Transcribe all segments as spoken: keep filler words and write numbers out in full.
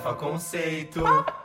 Farofa Conceito.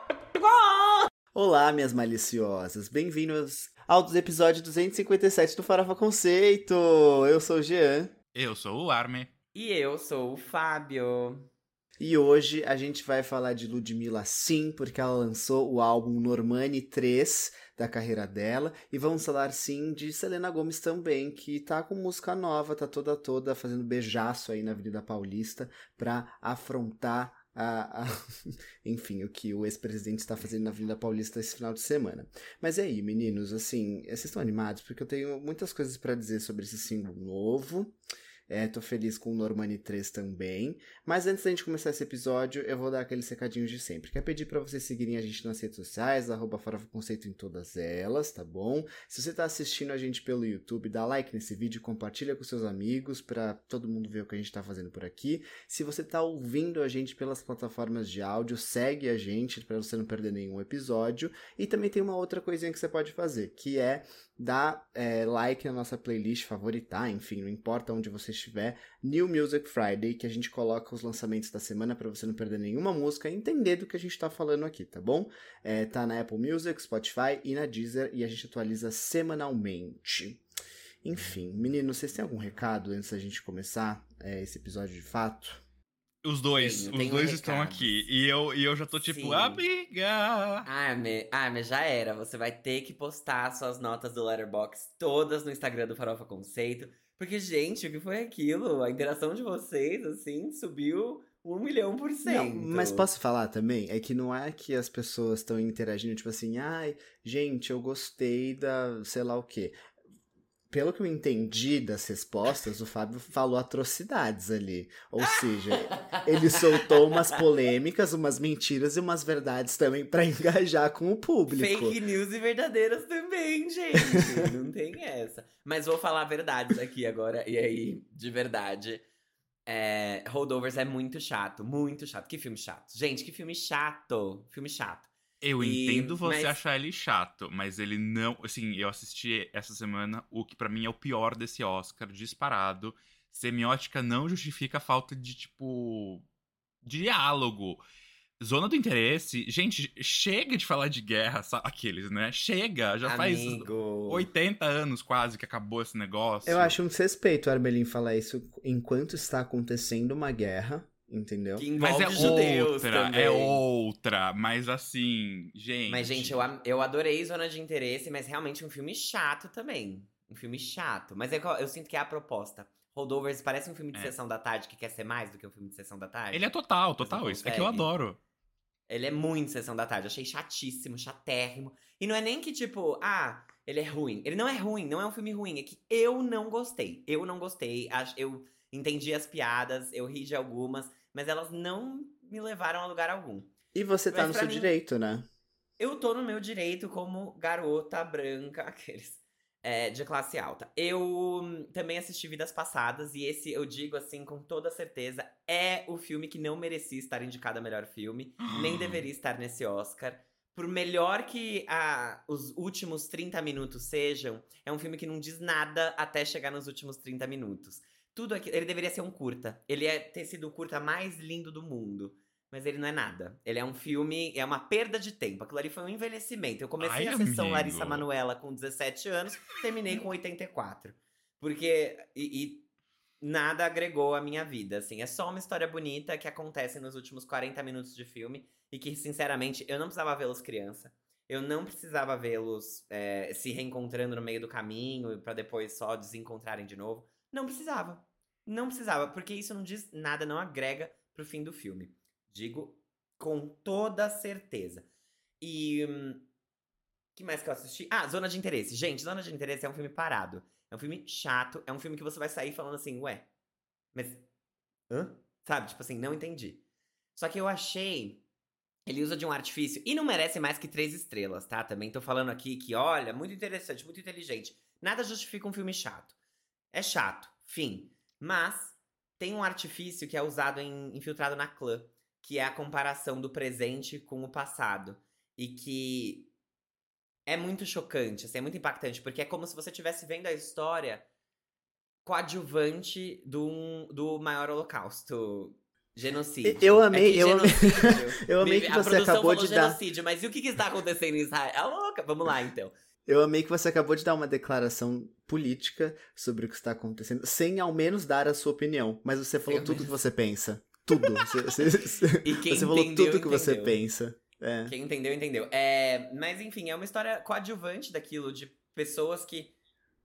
Olá, minhas maliciosas, bem-vindos ao episódio duzentos e cinquenta e sete do Farofa Conceito. Eu sou o Jean. Eu sou o Arme. E eu sou o Fábio. E hoje a gente vai falar de Ludmilla sim, porque ela lançou o álbum Normani três da carreira dela. E vamos falar sim de Selena Gomez também, que tá com música nova, tá toda toda fazendo beijaço aí na Avenida Paulista pra afrontar a, a... enfim, o que o ex-presidente está fazendo na Avenida Paulista esse final de semana. Mas é aí, meninos, assim, vocês estão animados? Porque eu tenho muitas coisas pra dizer sobre esse single novo. É, tô feliz com o Normani três também. Mas antes da gente começar esse episódio, eu vou dar aqueles recadinhos de sempre. Quero pedir pra vocês seguirem a gente nas redes sociais, arroba Farofa Conceito em todas elas, tá bom? Se você tá assistindo a gente pelo YouTube, dá like nesse vídeo, compartilha com seus amigos pra todo mundo ver o que a gente tá fazendo por aqui. Se você tá ouvindo a gente pelas plataformas de áudio, segue a gente pra você não perder nenhum episódio. E também tem uma outra coisinha que você pode fazer, que é dar é, like na nossa playlist, favoritar, enfim, não importa onde você estiver, New Music Friday, que a gente coloca os lançamentos da semana para você não perder nenhuma música e entender do que a gente tá falando aqui, tá bom? É, tá na Apple Music, Spotify e na Deezer e a gente atualiza semanalmente. Enfim, meninos, vocês têm algum recado antes da gente começar é, esse episódio de fato? Os dois, Tenho, os tenho dois recados. estão aqui. E eu, e eu já tô tipo, Sim. amiga! Arme, Arme, já era. Você vai ter que postar suas notas do Letterboxd todas no Instagram do Farofa Conceito. Porque, gente, o que foi aquilo? A interação de vocês, assim, subiu um milhão por Não, cento. mas posso falar também? É que não é que as pessoas estão interagindo, tipo assim, ai, gente, eu gostei da sei lá o quê. Pelo que eu entendi das respostas, o Fábio falou atrocidades ali. Ou seja, ele soltou umas polêmicas, umas mentiras e umas verdades também pra engajar com o público. Fake news e verdadeiras também, gente. Não tem essa. Mas vou falar verdades aqui agora. E aí, de verdade. É, Holdovers é muito chato. Muito chato. Que filme chato. Gente, que filme chato. Filme chato. Eu E- entendo você mas- achar ele chato, mas ele não. Assim, eu assisti essa semana o que pra mim é o pior desse Oscar, disparado. Semiótica não justifica a falta de, tipo. Diálogo. Zona do interesse. Gente, chega de falar de guerra, sabe? Aqueles, né? Chega, já faz Amigo. oitenta anos quase que acabou esse negócio. Eu acho um desrespeito o Arbelim falar isso enquanto está acontecendo uma guerra, entendeu? Que Mas envolve é judeus outra, também. é outra, mas assim, gente. Mas, gente, eu, am- eu adorei Zona de Interesse, mas realmente um filme chato também. Um filme chato. Mas é que eu, eu sinto que é a proposta. Holdovers parece um filme de É. sessão da tarde que quer ser mais do que um filme de sessão da tarde. Ele é total, Mas total. não Isso é que eu consegue. adoro. Ele é muito sessão da tarde. Achei chatíssimo, chatérrimo. E não é nem que, tipo, ah, ele é ruim. Ele não é ruim, não é um filme ruim. É que eu não gostei. Eu não gostei. Ach- Eu entendi as piadas, eu ri de algumas, mas elas não me levaram a lugar algum. E você tá Mas no pra seu mim- direito, né? Eu tô no meu direito como garota branca, aqueles, é, de classe alta. Eu hum, também assisti Vidas Passadas, e esse, eu digo assim, com toda certeza, é o filme que não merecia estar indicado a melhor filme, nem deveria estar nesse Oscar. Por melhor que a- os últimos trinta minutos sejam, é um filme que não diz nada até chegar nos últimos trinta minutos. Tudo aqui, ele deveria ser um curta. Ele é ter sido o curta mais lindo do mundo. Mas ele não é nada. Ele é um filme, é uma perda de tempo. Aquilo ali foi um envelhecimento. Eu comecei Ai, a sessão amigo. Larissa Manoela com dezessete anos, terminei com oitenta e quatro. Porque. E, e nada agregou à minha vida, assim. É só uma história bonita que acontece nos últimos quarenta minutos de filme. E que, sinceramente, eu não precisava vê-los criança. Eu não precisava vê-los é, se reencontrando no meio do caminho pra depois só desencontrarem de novo. Não precisava. Não precisava, porque isso não diz nada, não agrega pro fim do filme. Digo com toda certeza. E. Hum, que mais que eu assisti? Ah, Zona de Interesse. Gente, Zona de Interesse é um filme parado. É um filme chato. É um filme que você vai sair falando assim, ué, mas. Hã? Sabe? Tipo assim, não entendi. Só que eu achei. Ele usa de um artifício. E não merece mais que três estrelas, tá? Também tô falando aqui que, olha, muito interessante, muito inteligente. Nada justifica um filme chato. É chato, fim. Mas tem um artifício que é usado em Infiltrado na Clã, que é a comparação do presente com o passado. E que é muito chocante, assim, é muito impactante, porque é como se você estivesse vendo a história coadjuvante do, do maior holocausto Genocídio. Eu amei, é que eu amei. genocídio, Eu amei me- que a você produção acabou falou de dar. genocídio, mas e o que, que está acontecendo em Israel? É louca. Vamos lá, então. Eu amei que você acabou de dar uma declaração política sobre o que está acontecendo, sem ao menos dar a sua opinião. Mas você falou ao tudo o menos. que você pensa. Tudo. Você, você, E quem você falou entendeu, tudo o que você entendeu. pensa. É. Quem entendeu, entendeu. É, mas enfim, é uma história coadjuvante daquilo, de pessoas que.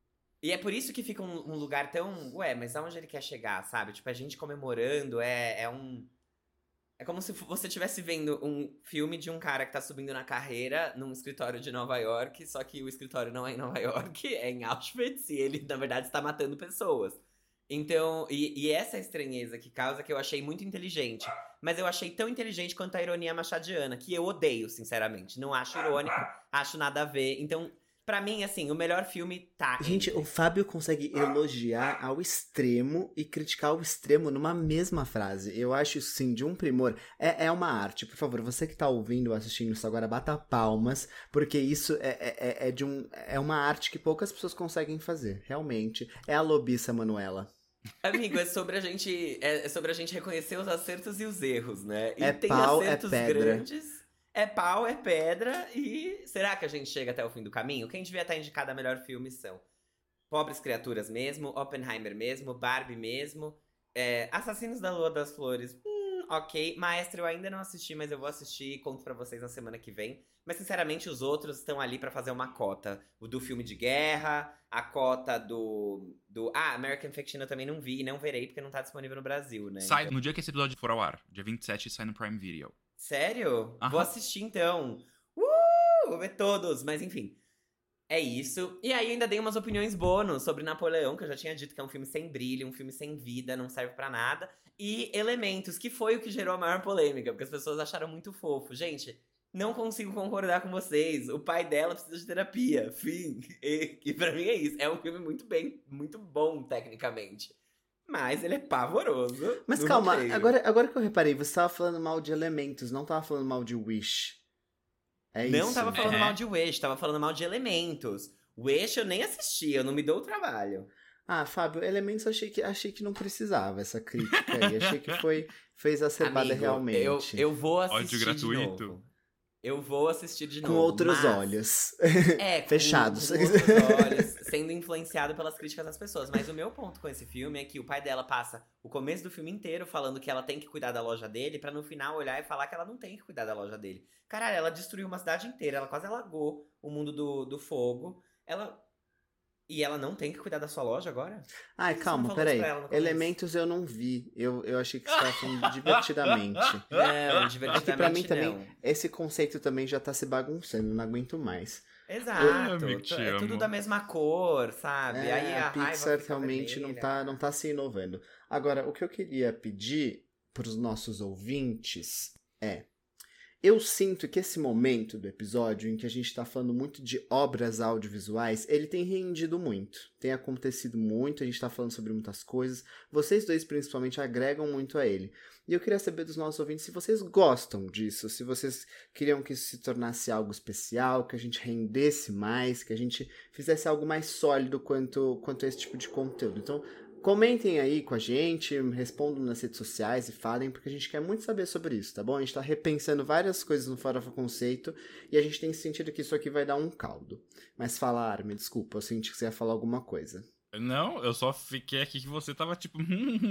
E é por isso que fica um, um lugar tão. Ué, mas aonde ele quer chegar, sabe? Tipo, a gente comemorando, é, é um. É como se você estivesse vendo um filme de um cara que tá subindo na carreira num escritório de Nova York, só que o escritório não é em Nova York, é em Auschwitz, e ele, na verdade, está matando pessoas. Então, e, e essa estranheza que causa, que eu achei muito inteligente. Mas eu achei tão inteligente quanto a ironia machadiana, que eu odeio, sinceramente. Não acho irônico, acho nada a ver. Então, pra mim, assim, o melhor filme tá. Gente, entre. o Fábio consegue elogiar ao extremo e criticar ao extremo numa mesma frase. Eu acho isso, sim, de um primor. É, é uma arte. Por favor, você que tá ouvindo ou assistindo isso agora, bata palmas, porque isso é, é, é- é de um, é uma arte que poucas pessoas conseguem fazer. Realmente. É a lobiça, Manuela. Amigo, é sobre a gente. É é sobre a gente reconhecer os acertos e os erros, né? E É tem pau, é acertos pedra. grandes. É pau, é pedra. E será que a gente chega até o fim do caminho? Quem devia estar indicado a melhor filme são Pobres Criaturas mesmo, Oppenheimer mesmo, Barbie mesmo, é, Assassinos da Lua das Flores. Hum, ok. Maestro eu ainda não assisti, mas eu vou assistir e conto pra vocês na semana que vem. Mas sinceramente os outros estão ali pra fazer uma cota. O do filme de guerra, a cota do. do ah, American Fiction eu também não vi e não verei porque não tá disponível no Brasil, né? Sai Então- no dia que esse episódio for ao ar, dia vinte e sete, sai no Prime Video. Sério? Aham. Vou assistir então. Uh! Vou ver todos, mas enfim. É isso. E aí ainda dei umas opiniões bônus sobre Napoleão, que eu já tinha dito que é um filme sem brilho, um filme sem vida, não serve pra nada. E Elementos, que foi o que gerou a maior polêmica, porque as pessoas acharam muito fofo. Gente, não consigo concordar com vocês. O pai dela precisa de terapia. Fim. E, e pra mim é isso. É um filme muito bem, muito bom tecnicamente. Mas ele é pavoroso. Mas no calma, roteiro. agora, agora que eu reparei, você tava falando mal de Elementos, não tava falando mal de Wish. É Não isso. tava falando É. mal de Wish, tava falando mal de Elementos. Wish eu nem assisti, eu não me dou o trabalho. Ah, Fábio, Elementos eu achei que, achei que não precisava essa crítica aí. Achei que foi, foi exacerbada Amigo, realmente. Eu, eu vou assistir Ódio de gratuito. novo. Eu vou assistir de Com novo. outros mas- olhos. É, com- Fechados. com outros olhos, sendo influenciado pelas críticas das pessoas. Mas o meu ponto com esse filme é que o pai dela passa o começo do filme inteiro falando que ela tem que cuidar da loja dele, pra no final olhar e falar que ela não tem que cuidar da loja dele. Caralho, ela destruiu uma cidade inteira, ela quase alagou o mundo do, do fogo. Ela. E ela não tem que cuidar da sua loja agora? Ai, Por que você não calma, falou peraí. isso pra ela no começo? Elementos eu não vi. Eu, eu achei que você estava falando divertidamente. Não, É divertidamente que pra mim também, não. esse conceito também já tá se bagunçando, não aguento mais. Exato. amigo, te é tudo amo. da mesma cor, sabe? É, Aí a, a raiva Pixar fica realmente não vermelha. tá, não tá se inovando. Agora, o que eu queria pedir pros nossos ouvintes é... Eu sinto que esse momento do episódio, em que a gente tá falando muito de obras audiovisuais, ele tem rendido muito. Tem acontecido muito, a gente tá falando sobre muitas coisas. Vocês dois, principalmente, agregam muito a ele. E eu queria saber dos nossos ouvintes se vocês gostam disso, se vocês queriam que isso se tornasse algo especial, que a gente rendesse mais, que a gente fizesse algo mais sólido quanto, quanto a esse tipo de conteúdo. Então, comentem aí com a gente, respondam nas redes sociais e falem, porque a gente quer muito saber sobre isso, tá bom? A gente tá repensando várias coisas no Farofa Conceito e a gente tem sentido que isso aqui vai dar um caldo. Mas fala, Armin, desculpa, eu senti que você ia falar alguma coisa. Não, eu só fiquei aqui que você tava tipo.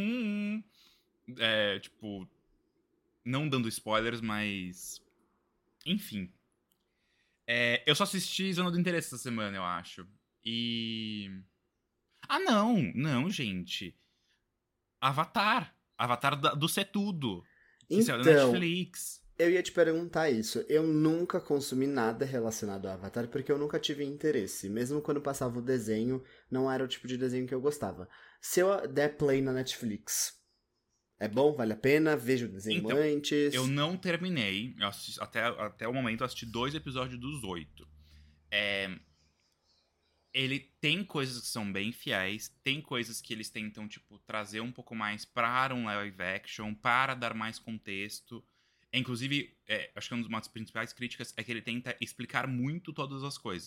É, tipo. Não dando spoilers, mas. Enfim. É, eu só assisti Zona do Interesse essa semana, eu acho. E. Ah, não! Não, gente. Avatar. Avatar da- do Ser Tudo. Que saiu na Então, Netflix. eu ia te perguntar isso. Eu nunca consumi nada relacionado ao Avatar porque eu nunca tive interesse. Mesmo quando passava o desenho, não era o tipo de desenho que eu gostava. Se eu der play na Netflix, é bom? Vale a pena? Vejo o desenho Então, antes? Eu não terminei. Eu assisti- até, até o momento eu assisti dois episódios dos oito. É, ele tem coisas que são bem fiéis, tem coisas que eles tentam, tipo, trazer um pouco mais para um live action, para dar mais contexto. Inclusive, é, acho que uma das principais críticas é que ele tenta explicar muito todas as coisas.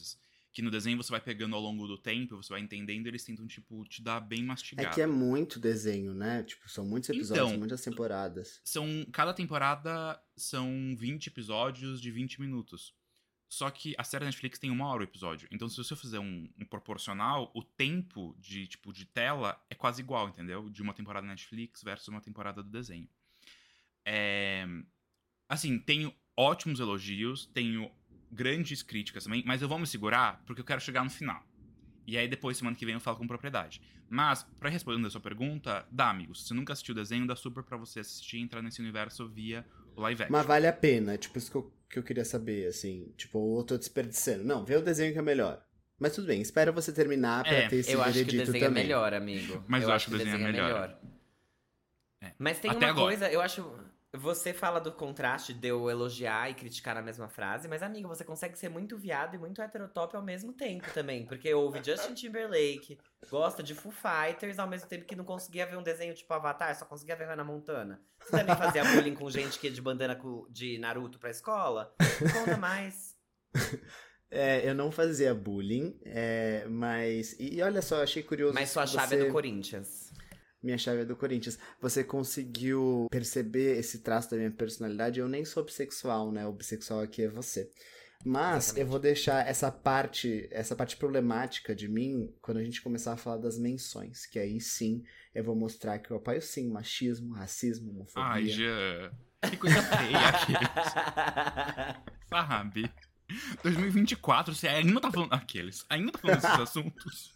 Que no desenho você vai pegando ao longo do tempo, você vai entendendo, eles tentam, tipo, te dar bem É mastigado. que é muito desenho, né? Tipo, são muitos episódios, Então, muitas temporadas. São, cada temporada são vinte episódios de vinte minutos. Só que a série Netflix tem uma hora o episódio. Então, se você fizer um, um proporcional, o tempo de, tipo, de tela é quase igual, entendeu? De uma temporada Netflix versus uma temporada do desenho. É... Assim, tenho ótimos elogios, tenho grandes críticas também, mas eu vou me segurar porque eu quero chegar no final. E aí depois, semana que vem, eu falo com propriedade. Mas, pra responder a sua pergunta, dá, amigos. Se você nunca assistiu o desenho, dá super pra você assistir e entrar nesse universo via o live action. Mas vale a pena, tipo, isso que eu, que eu queria saber, assim. Tipo, eu tô desperdiçando. Não, vê o desenho que é melhor. Mas tudo bem, espera você terminar pra É, ter esse Eu acho que o veredito desenho também. é melhor, amigo. Mas eu acho que o desenho é melhor. É. Mas tem Até uma agora. coisa, eu acho. Você fala do contraste de eu elogiar e criticar na mesma frase, mas, amigo, você consegue ser muito viado e muito heterotop ao mesmo tempo também. Porque ouve Justin Timberlake, gosta de Foo Fighters, ao mesmo tempo que não conseguia ver um desenho tipo Avatar, só conseguia ver Hannah Montana. Você também fazia bullying com gente que ia de bandana co- de Naruto pra escola? Me conta mais. É, eu não fazia bullying, é, mas... E olha só, achei curioso Mas sua que chave você... é do Corinthians. Minha chave é do Corinthians. Você conseguiu perceber esse traço da minha personalidade? Eu nem sou bissexual, né? O bissexual aqui é você. Mas Exatamente. eu vou deixar essa parte, essa parte problemática de mim quando a gente começar a falar das menções. Que aí sim eu vou mostrar que eu apoio sim machismo, racismo, homofobia. Ai, já. Que coisa feia aqueles. Sabe? dois mil e vinte e quatro, você ainda tá falando. Aqueles. Ainda tá falando desses assuntos.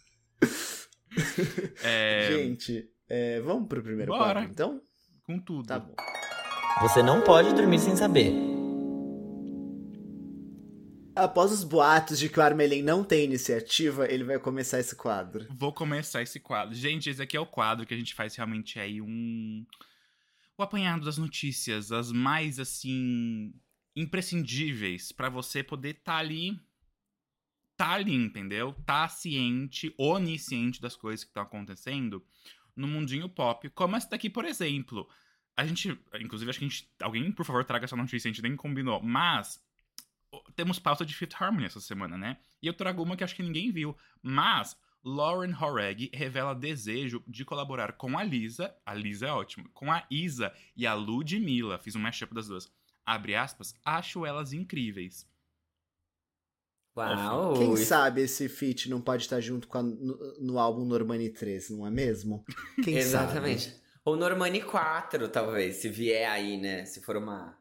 É, Gente, é, vamos pro primeiro Bora. quadro, então? com tudo. Tá bom. Você não pode dormir sem saber. Após os boatos de que o Armelin não tem iniciativa, ele vai começar esse quadro. Vou começar esse quadro. Gente, esse aqui é o quadro que a gente faz realmente aí um. O apanhado das notícias, as mais, assim, imprescindíveis pra você poder tá ali. Tá ali, entendeu? Tá ciente, onisciente das coisas que estão acontecendo no mundinho pop. Como essa daqui, por exemplo. A gente. Inclusive, acho que a gente. Alguém, por favor, traga essa notícia, a gente nem combinou. Mas. Temos pauta de Fifth Harmony essa semana, né? E eu trago uma que acho que ninguém viu. Mas Lauren Horeg revela desejo de colaborar com a Lisa. A Lisa é ótima. Com a Isa e a Ludmilla. Fiz um mashup das duas. Abre aspas. Acho elas incríveis. Uau! Quem isso- sabe esse feat não pode estar junto com a- no, no álbum Normani três, não é mesmo? Quem Exatamente. sabe? Ou Normani quatro, talvez, se vier aí, né? Se for uma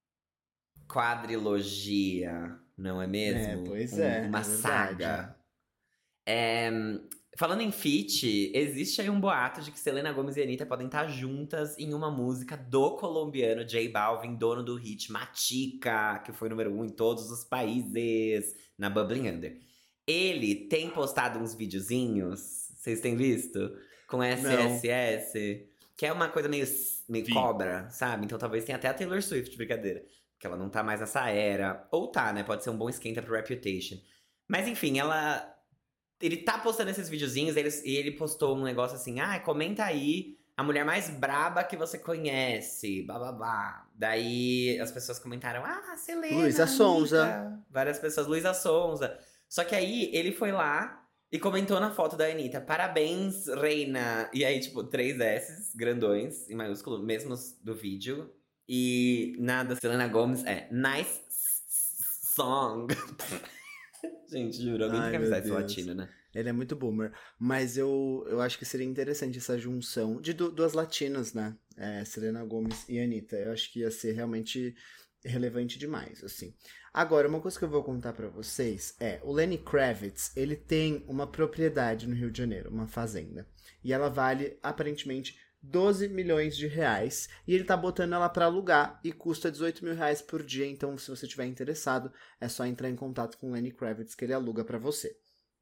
quadrilogia, não é mesmo? É, pois Um- é, Uma é verdade. saga. É, falando em feat, existe aí um boato de que Selena Gomez e Anitta podem estar juntas em uma música do colombiano J Balvin, dono do hit Machica, que foi número um em todos os países, na Bubbling Under. Ele tem postado uns videozinhos, vocês têm visto? Com S S S, que é uma coisa meio, meio Vi. cobra, sabe? Então talvez tenha até a Taylor Swift, brincadeira. Que ela não tá mais nessa era. Ou tá, né? Pode ser um bom esquenta pro Reputation. Mas enfim, ela... Ele tá postando esses videozinhos e ele, e ele postou um negócio assim, ah, comenta aí a mulher mais braba que você conhece, bababá. Daí as pessoas comentaram, ah, Selena, Luísa Anitta. Sonza. Várias pessoas, Luísa Sonza. Só que aí ele foi lá e comentou na foto da Anitta, parabéns, reina. E aí, tipo, três S grandões, em maiúsculo, mesmos do vídeo. E na da Selena Gomez é nice song. Gente, juro, alguém Ai, tem que meu avisar esse Deus. latino, né? Ele é muito boomer. Mas eu, eu acho que seria interessante essa junção de du- duas latinas, né? É, Selena Gomez e Anitta. Eu acho que ia ser realmente relevante demais, assim. Agora, uma coisa que eu vou contar pra vocês é... O Lenny Kravitz, ele tem uma propriedade no Rio de Janeiro, uma fazenda. E ela vale, aparentemente, doze milhões de reais. E ele tá botando ela pra alugar e custa dezoito mil reais por dia. Então, se você estiver interessado, é só entrar em contato com o Lenny Kravitz que ele aluga pra você.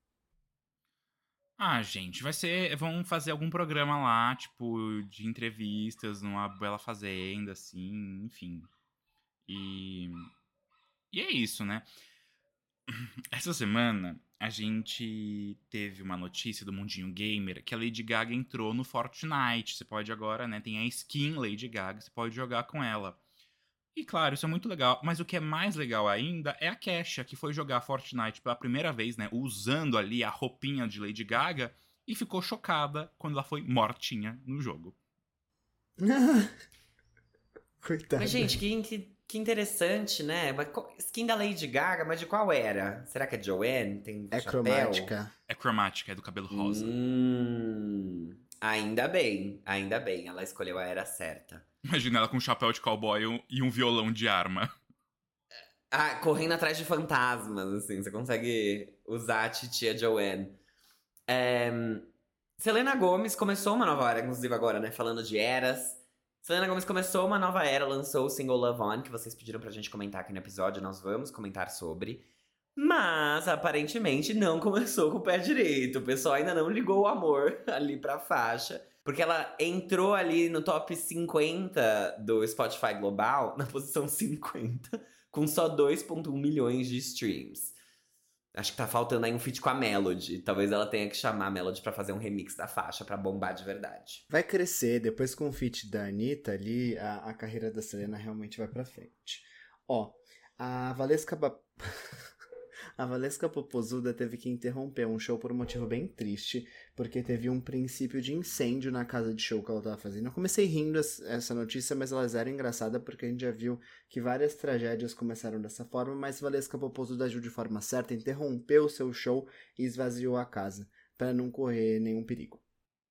Ah, gente, vai ser. Vão fazer algum programa lá, tipo, de entrevistas numa bela fazenda, assim, enfim. E. E é isso, né? Essa semana a gente teve uma notícia do Mundinho Gamer que a Lady Gaga entrou no Fortnite. Você pode agora, né? Tem a skin Lady Gaga, você pode jogar com ela. E claro, isso é muito legal. Mas o que é mais legal ainda é a Kesha, que foi jogar Fortnite pela primeira vez, né? Usando ali a roupinha de Lady Gaga. E ficou chocada quando ela foi mortinha no jogo. Coitada. Mas, gente, que, que, que interessante, né? Mas qual- Skin da Lady Gaga, mas de qual era? Será que é Joanne? Tem É chapéu? cromática. É cromática, é do cabelo rosa. Hum, ainda bem, ainda bem. Ela escolheu a era certa. Imagina ela com um chapéu de cowboy e um- e um violão de arma. Ah, correndo atrás de fantasmas, assim. Você consegue usar a titia Joanne. É, Selena Gomez começou uma nova era, inclusive agora, né? Falando de eras. Selena Gomez começou uma nova era, lançou o single Love On, que vocês pediram pra gente comentar aqui no episódio. Nós vamos comentar sobre. Mas, aparentemente, não começou com o pé direito. O pessoal ainda não ligou o amor ali pra faixa. Porque ela entrou ali no top cinquenta do Spotify Global, na posição cinquenta, com só dois vírgula um milhões de streams. Acho que tá faltando aí um feat com a Melody. Talvez ela tenha que chamar a Melody pra fazer um remix da faixa, pra bombar de verdade. Vai crescer, depois com o feat da Anitta ali, a, a carreira da Selena realmente vai pra frente. Ó, a Valesca... Ba... A Valesca Popozuda teve que interromper um show por um motivo bem triste, porque teve um princípio de incêndio na casa de show que ela tava fazendo. Eu comecei rindo essa notícia, mas ela era engraçada porque a gente já viu que várias tragédias começaram dessa forma, mas Valesca Popozuda agiu de forma certa, interrompeu o seu show e esvaziou a casa, para não correr nenhum perigo.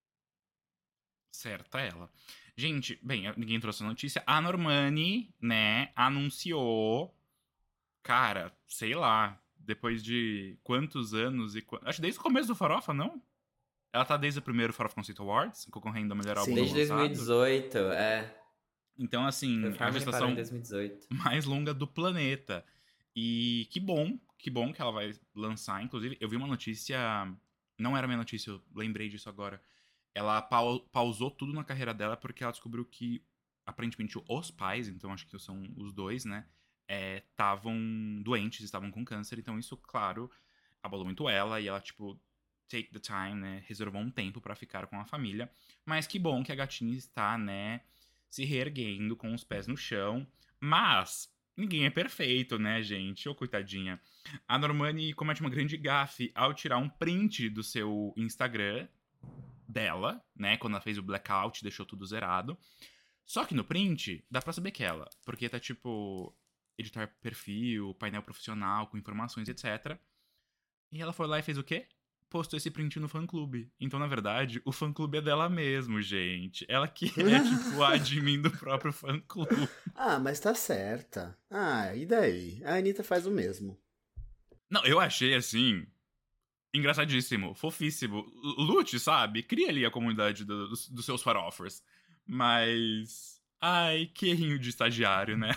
Certa ela. Gente, bem, ninguém trouxe a notícia. A Normani, né, anunciou... Cara, sei lá... Depois de quantos anos e... Qu... Acho desde o começo do Farofa, não? Ela tá desde o primeiro Farofa Conceito Awards, concorrendo ao melhor álbum Desde lançado. dois mil e dezoito, é. Então, assim, Foi a Farm gestação parou em dois mil e dezoito. mais longa do planeta. E que bom, que bom que ela vai lançar. Inclusive, eu vi uma notícia... Não era minha notícia, eu lembrei disso agora. Ela pau- pausou tudo na carreira dela porque ela descobriu que, aparentemente, os pais, então acho que são os dois, né? Estavam é, doentes, estavam com câncer, então isso, claro, abalou muito ela, e ela, tipo, take the time, né, reservou um tempo pra ficar com a família, mas que bom que a gatinha está, né, se reerguendo com os pés no chão, mas ninguém é perfeito, né, gente, ô coitadinha. A Normani comete uma grande gafe ao tirar um print do seu Instagram dela, né, quando ela fez o blackout, deixou tudo zerado, só que no print, dá pra saber que é ela, porque tá, tipo... editar perfil, painel profissional, com informações, etcétera. E ela foi lá e fez o quê? Postou esse print no fã-clube. Então, na verdade, o fã-clube é dela mesmo, gente. Ela que é, tipo, a admin do próprio fã-clube. Ah, mas tá certa. Ah, e daí? A Anitta faz o mesmo. Não, eu achei, assim, engraçadíssimo, fofíssimo. Lute, sabe? Cria ali a comunidade do, dos, dos seus farofers. Mas... ai, que errinho de estagiário, né?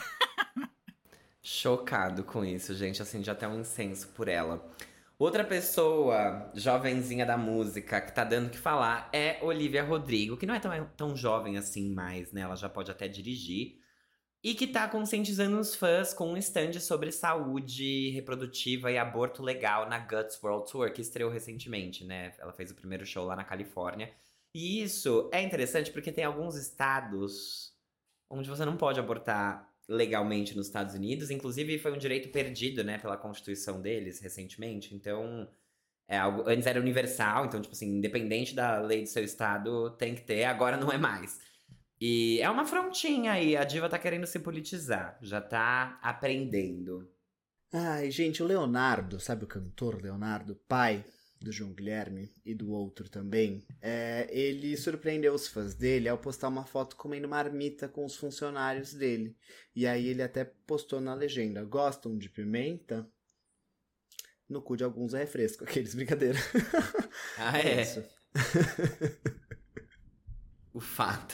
Chocado com isso, gente. Acendi até um incenso por ela. Outra pessoa, jovenzinha da música, que tá dando o que falar é Olivia Rodrigo, que não é tão, tão jovem assim mais, né? Ela já pode até dirigir. E que tá conscientizando os fãs com um stand sobre saúde reprodutiva e aborto legal na Guts World Tour, que estreou recentemente, né? Ela fez o primeiro show lá na Califórnia. E isso é interessante porque tem alguns estados onde você não pode abortar legalmente nos Estados Unidos. Inclusive, foi um direito perdido, né, pela Constituição deles, recentemente. Então, é algo... antes era universal. Então, tipo assim, independente da lei do seu estado, tem que ter. Agora não é mais. E é uma frontinha aí. A diva tá querendo se politizar. Já tá aprendendo. Ai, gente, o Leonardo, sabe o cantor Leonardo? Pai do João Guilherme e do outro também, é, ele surpreendeu os fãs dele ao postar uma foto comendo marmita com os funcionários dele. E aí ele até postou na legenda: gostam de pimenta? No cu de alguns é refresco. Aqueles, brincadeira. Ah, é? Isso. O fato.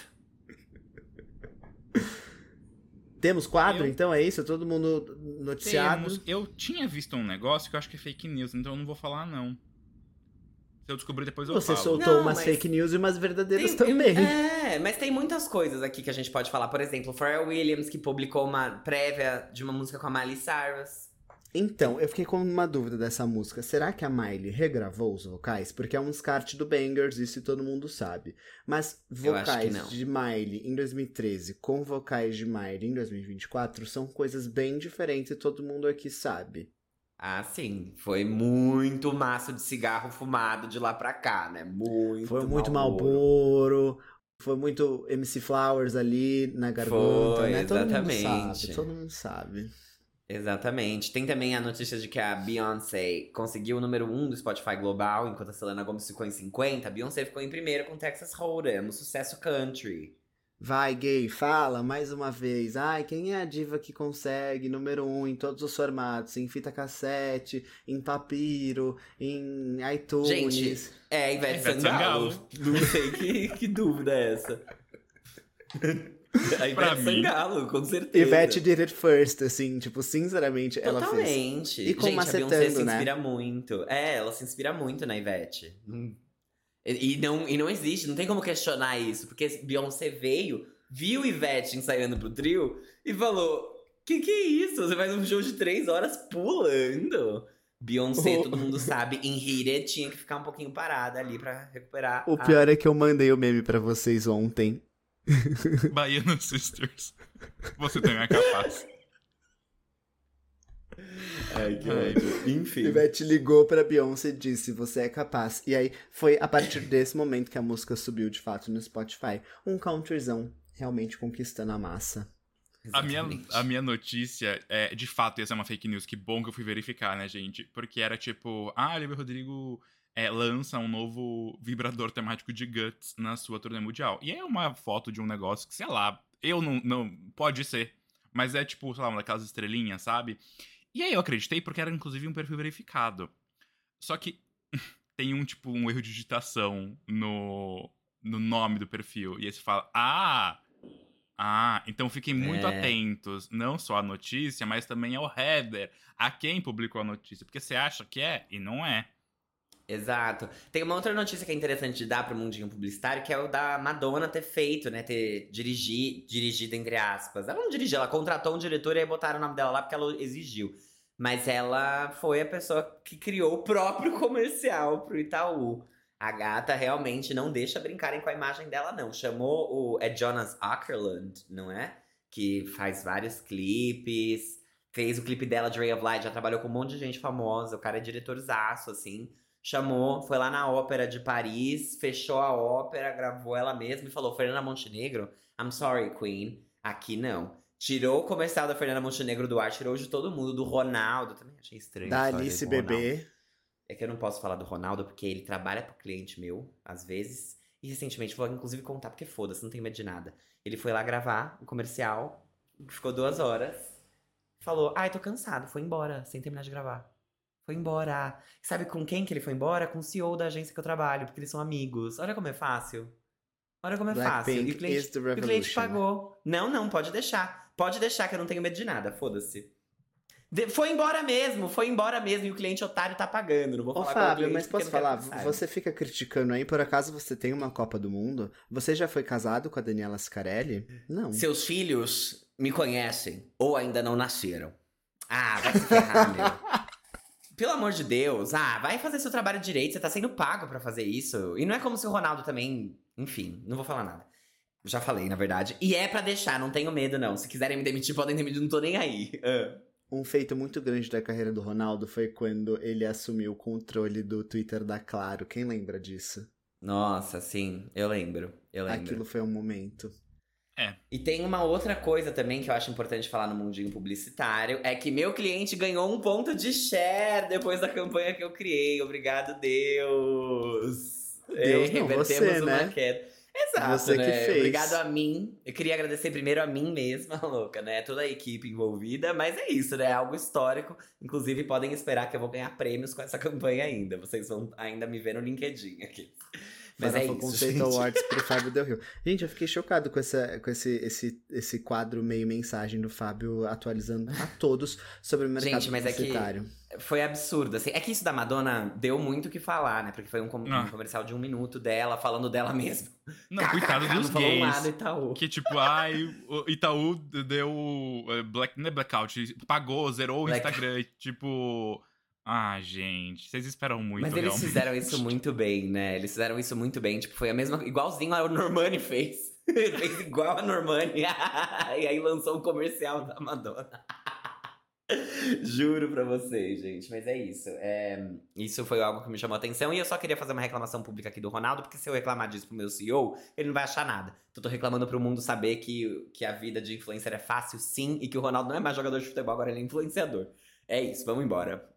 Temos quadro, eu... então é isso? Todo mundo noticiado? Temos. Eu tinha visto um negócio que eu acho que é fake news, então eu não vou falar, não. Se eu descobrir, depois eu Você falo. Você soltou não, umas mas... fake news e umas verdadeiras tem, também. É, mas tem muitas coisas aqui que a gente pode falar. Por exemplo, Pharrell Williams, que publicou uma prévia de uma música com a Miley Cyrus. Então, eu fiquei com uma dúvida dessa música. Será que a Miley regravou os vocais? Porque é um descarte do Bangers, isso todo mundo sabe. Mas Eu acho que vocais não. de Miley em dois mil e treze com vocais de Miley em dois mil e vinte e quatro são coisas bem diferentes e todo mundo aqui sabe. Ah, sim. Foi muito maço de cigarro fumado de lá pra cá, né? Muito Foi muito Marlboro. Marlboro, foi muito M C Flowers ali na garganta, Foi, né? Todo mundo exatamente. sabe, todo mundo sabe. Exatamente. Tem também a notícia de que a Beyoncé conseguiu o número um do Spotify Global, enquanto a Selena Gomez ficou em cinquenta. A Beyoncé ficou em primeiro com Texas Hold'em, um sucesso country. Vai, gay, fala mais uma vez. Ai, quem é a diva que consegue número um em todos os formatos? Em fita cassete, em papiro, em iTunes. Gente, é a Ivete, Ivete Sangalo. Sangalo. Não sei que, que dúvida é essa. A Pra Ivete mim. Sangalo, com certeza. Ivete did it first, assim, tipo, sinceramente, ela fez. Totalmente. E com Gente, a macetando, Beyoncé se né? inspira muito. É, ela se inspira muito na Ivete. Hum. E, e não, e não existe, não tem como questionar isso. Porque Beyoncé veio, viu Ivete ensaiando pro trio e falou: Que que é isso? Você faz um show de três horas pulando? Beyoncé, O- todo mundo sabe, em Heated tinha que ficar um pouquinho parada ali pra recuperar. O a- pior é que eu mandei o meme pra vocês ontem. Baiana Sisters. Você também é capaz. Ai, que Ai. ódio. Enfim. Ivete ligou pra Beyoncé e disse, você é capaz. E aí, foi a partir desse momento que a música subiu de fato no Spotify. Um countryzão realmente conquistando a massa. A minha, Exatamente. a minha notícia é, de fato, essa é uma fake news. Que bom que eu fui verificar, né, gente? Porque era tipo, ah, Olivia Rodrigo é, lança um novo vibrador temático de Guts na sua turnê mundial. E é uma foto de um negócio que, sei lá, eu não, não... Pode ser. Mas é tipo, sei lá, uma daquelas estrelinhas, sabe? E aí eu acreditei porque era inclusive um perfil verificado. Só que tem um, tipo, um erro de digitação no, no nome do perfil. E aí você fala, ah... Ah, então fiquem muito É. atentos, não só à notícia, mas também ao header, a quem publicou a notícia, porque você acha que é e não é. Exato. Tem uma outra notícia que é interessante de dar pro mundinho publicitário, que é o da Madonna ter feito, né? Ter dirigi, dirigido, entre aspas. Ela não dirigiu, ela contratou um diretor e aí botaram o nome dela lá porque ela exigiu. Mas ela foi a pessoa que criou o próprio comercial pro Itaú. A gata realmente não deixa brincarem com a imagem dela, não. Chamou o... É Jonas Ackerland, não é? Que faz vários clipes. Fez o clipe dela de Ray of Light, já trabalhou com um monte de gente famosa. O cara é diretorzaço, assim. Chamou, foi lá na ópera de Paris, fechou a ópera, gravou ela mesma e falou: Fernanda Montenegro, I'm sorry, Queen. Aqui não. Tirou o comercial da Fernanda Montenegro do ar, tirou de todo mundo, do Ronaldo. Também achei estranho. Da a história Alice do Ronaldo. Bebê. É que eu não posso falar do Ronaldo, porque ele trabalha pro cliente meu, às vezes. E recentemente, vou inclusive contar, porque foda-se, não tenho medo de nada. Ele foi lá gravar o comercial, ficou duas horas, falou: ai, tô cansado, foi embora, sem terminar de gravar. Foi embora. Sabe com quem que ele foi embora? Com o C E O da agência que eu trabalho, porque eles são amigos. Olha como é fácil. Olha como é fácil. E o Blackpink cliente, is the e o cliente revolution. pagou. Não, não, pode deixar. Pode deixar que eu não tenho medo de nada, foda-se. De- foi embora mesmo, foi embora mesmo. E o cliente otário tá pagando. Não vou Ô, falar com o Fábio, cliente mas porque posso eu não quero falar? que ele saiba. Você fica criticando aí, por acaso você tem uma Copa do Mundo? Você já foi casado com a Daniela Scarelli? Não. Seus filhos me conhecem ou ainda não nasceram. Ah, vai se ferrar, meu. Pelo amor de Deus. Ah, vai fazer seu trabalho direito. Você tá sendo pago pra fazer isso. E não é como se o Ronaldo também... Enfim, não vou falar nada. Já falei, na verdade. E é pra deixar, não tenho medo, não. Se quiserem me demitir, podem demitir, não tô nem aí. Ah. Um feito muito grande da carreira do Ronaldo foi quando ele assumiu o controle do Twitter da Claro. Quem lembra disso? Nossa, sim, eu lembro. Eu lembro. Aquilo foi um momento. E tem uma outra coisa também que eu acho importante falar no mundinho publicitário, é que meu cliente ganhou um ponto de share depois da campanha que eu criei. Obrigado, Deus! Deus não, revertemos você, uma né? queda. Exato, Você que né? fez. Obrigado a mim. Eu queria agradecer primeiro a mim mesma, louca, né? Toda a equipe envolvida, mas é isso, né? É algo histórico. Inclusive, podem esperar que eu vou ganhar prêmios com essa campanha ainda. Vocês vão ainda me ver no LinkedIn aqui. Mas é Farofa isso, Conceito gente. Awards pro Fábio Del Rio. Gente, eu fiquei chocado com, essa, com esse, esse, esse quadro meio mensagem do Fábio atualizando a todos sobre o mercado Gente, mas é que publicitário. Foi absurdo, assim. É que isso da Madonna deu muito o que falar, né? Porque foi um, com- um Ah. comercial de um minuto dela, falando dela mesma. Não, coitado dos Não falou um gays. nada, Itaú. Que tipo, ai, o Itaú deu. eh, Black, não é blackout, pagou, zerou o Black- Instagram. Tipo. Ah, gente, vocês esperam muito, Mas eles realmente. fizeram isso muito bem, né? Eles fizeram isso muito bem. Tipo, foi a mesma. Igualzinho a Normani fez. Ele fez igual a Normani. E aí lançou um comercial da Madonna. Juro pra vocês, gente. Mas é isso. É, isso foi algo que me chamou a atenção. E eu só queria fazer uma reclamação pública aqui do Ronaldo, porque se eu reclamar disso pro meu C E O, ele não vai achar nada. Então eu tô reclamando pro mundo saber que, que a vida de influencer é fácil, sim, e que o Ronaldo não é mais jogador de futebol, agora ele é influenciador. É isso, vamos embora.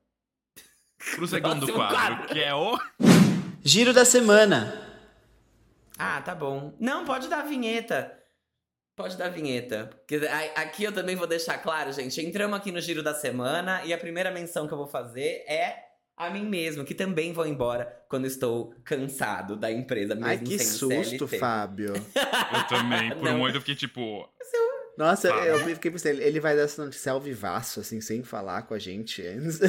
Pro segundo Próximo quadro, quadro. que é o. Giro da semana. Ah, tá bom. Não, pode dar a vinheta. Pode dar a vinheta. Porque a- aqui eu também vou deixar claro, gente. Entramos aqui no Giro da Semana e a primeira menção que eu vou fazer é a mim mesmo, que também vou embora quando estou cansado da empresa, mesmo Ai, que sem susto, C L T. Fábio. Eu também. Por Não. um momento eu fiquei tipo. Nossa, Fala. eu fiquei pensando, ele vai dar essa notícia ao vivaço, assim, sem falar com a gente.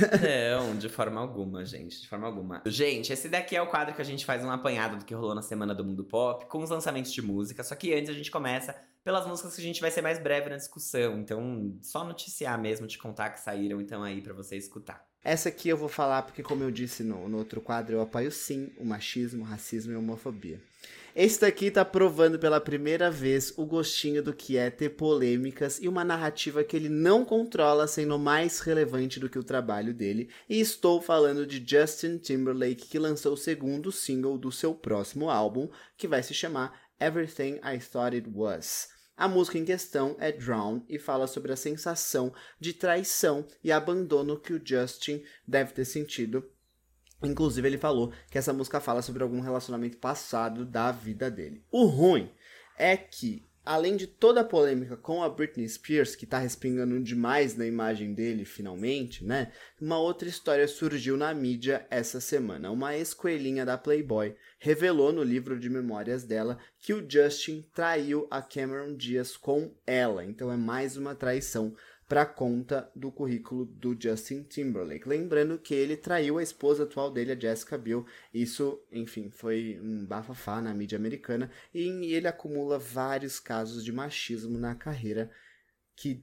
Não, de forma alguma, gente. De forma alguma. Gente, esse daqui é o quadro que a gente faz um apanhado do que rolou na Semana do Mundo Pop, com os lançamentos de música. Só que antes a gente começa pelas músicas que a gente vai ser mais breve na discussão. Então, só noticiar mesmo, te contar que saíram, então, aí pra você escutar. Essa aqui eu vou falar porque, como eu disse no, no outro quadro, eu apoio sim o machismo, o racismo e a homofobia. Esse daqui tá provando pela primeira vez o gostinho do que é ter polêmicas e uma narrativa que ele não controla, sendo mais relevante do que o trabalho dele. E estou falando de Justin Timberlake, que lançou o segundo single do seu próximo álbum, que vai se chamar Everything I Thought It Was. A música em questão é Drown e fala sobre a sensação de traição e abandono que o Justin deve ter sentido. Inclusive, ele falou que essa música fala sobre algum relacionamento passado da vida dele. O ruim é que, além de toda a polêmica com a Britney Spears, que tá respingando demais na imagem dele, finalmente, né? Uma outra história surgiu na mídia essa semana. Uma ex-coelhinha da Playboy revelou no livro de memórias dela que o Justin traiu a Cameron Diaz com ela. Então é mais uma traição para conta do currículo do Justin Timberlake. Lembrando que ele traiu a esposa atual dele, a Jessica Biel. Isso, enfim, foi um bafafá na mídia americana. E ele acumula vários casos de machismo na carreira, que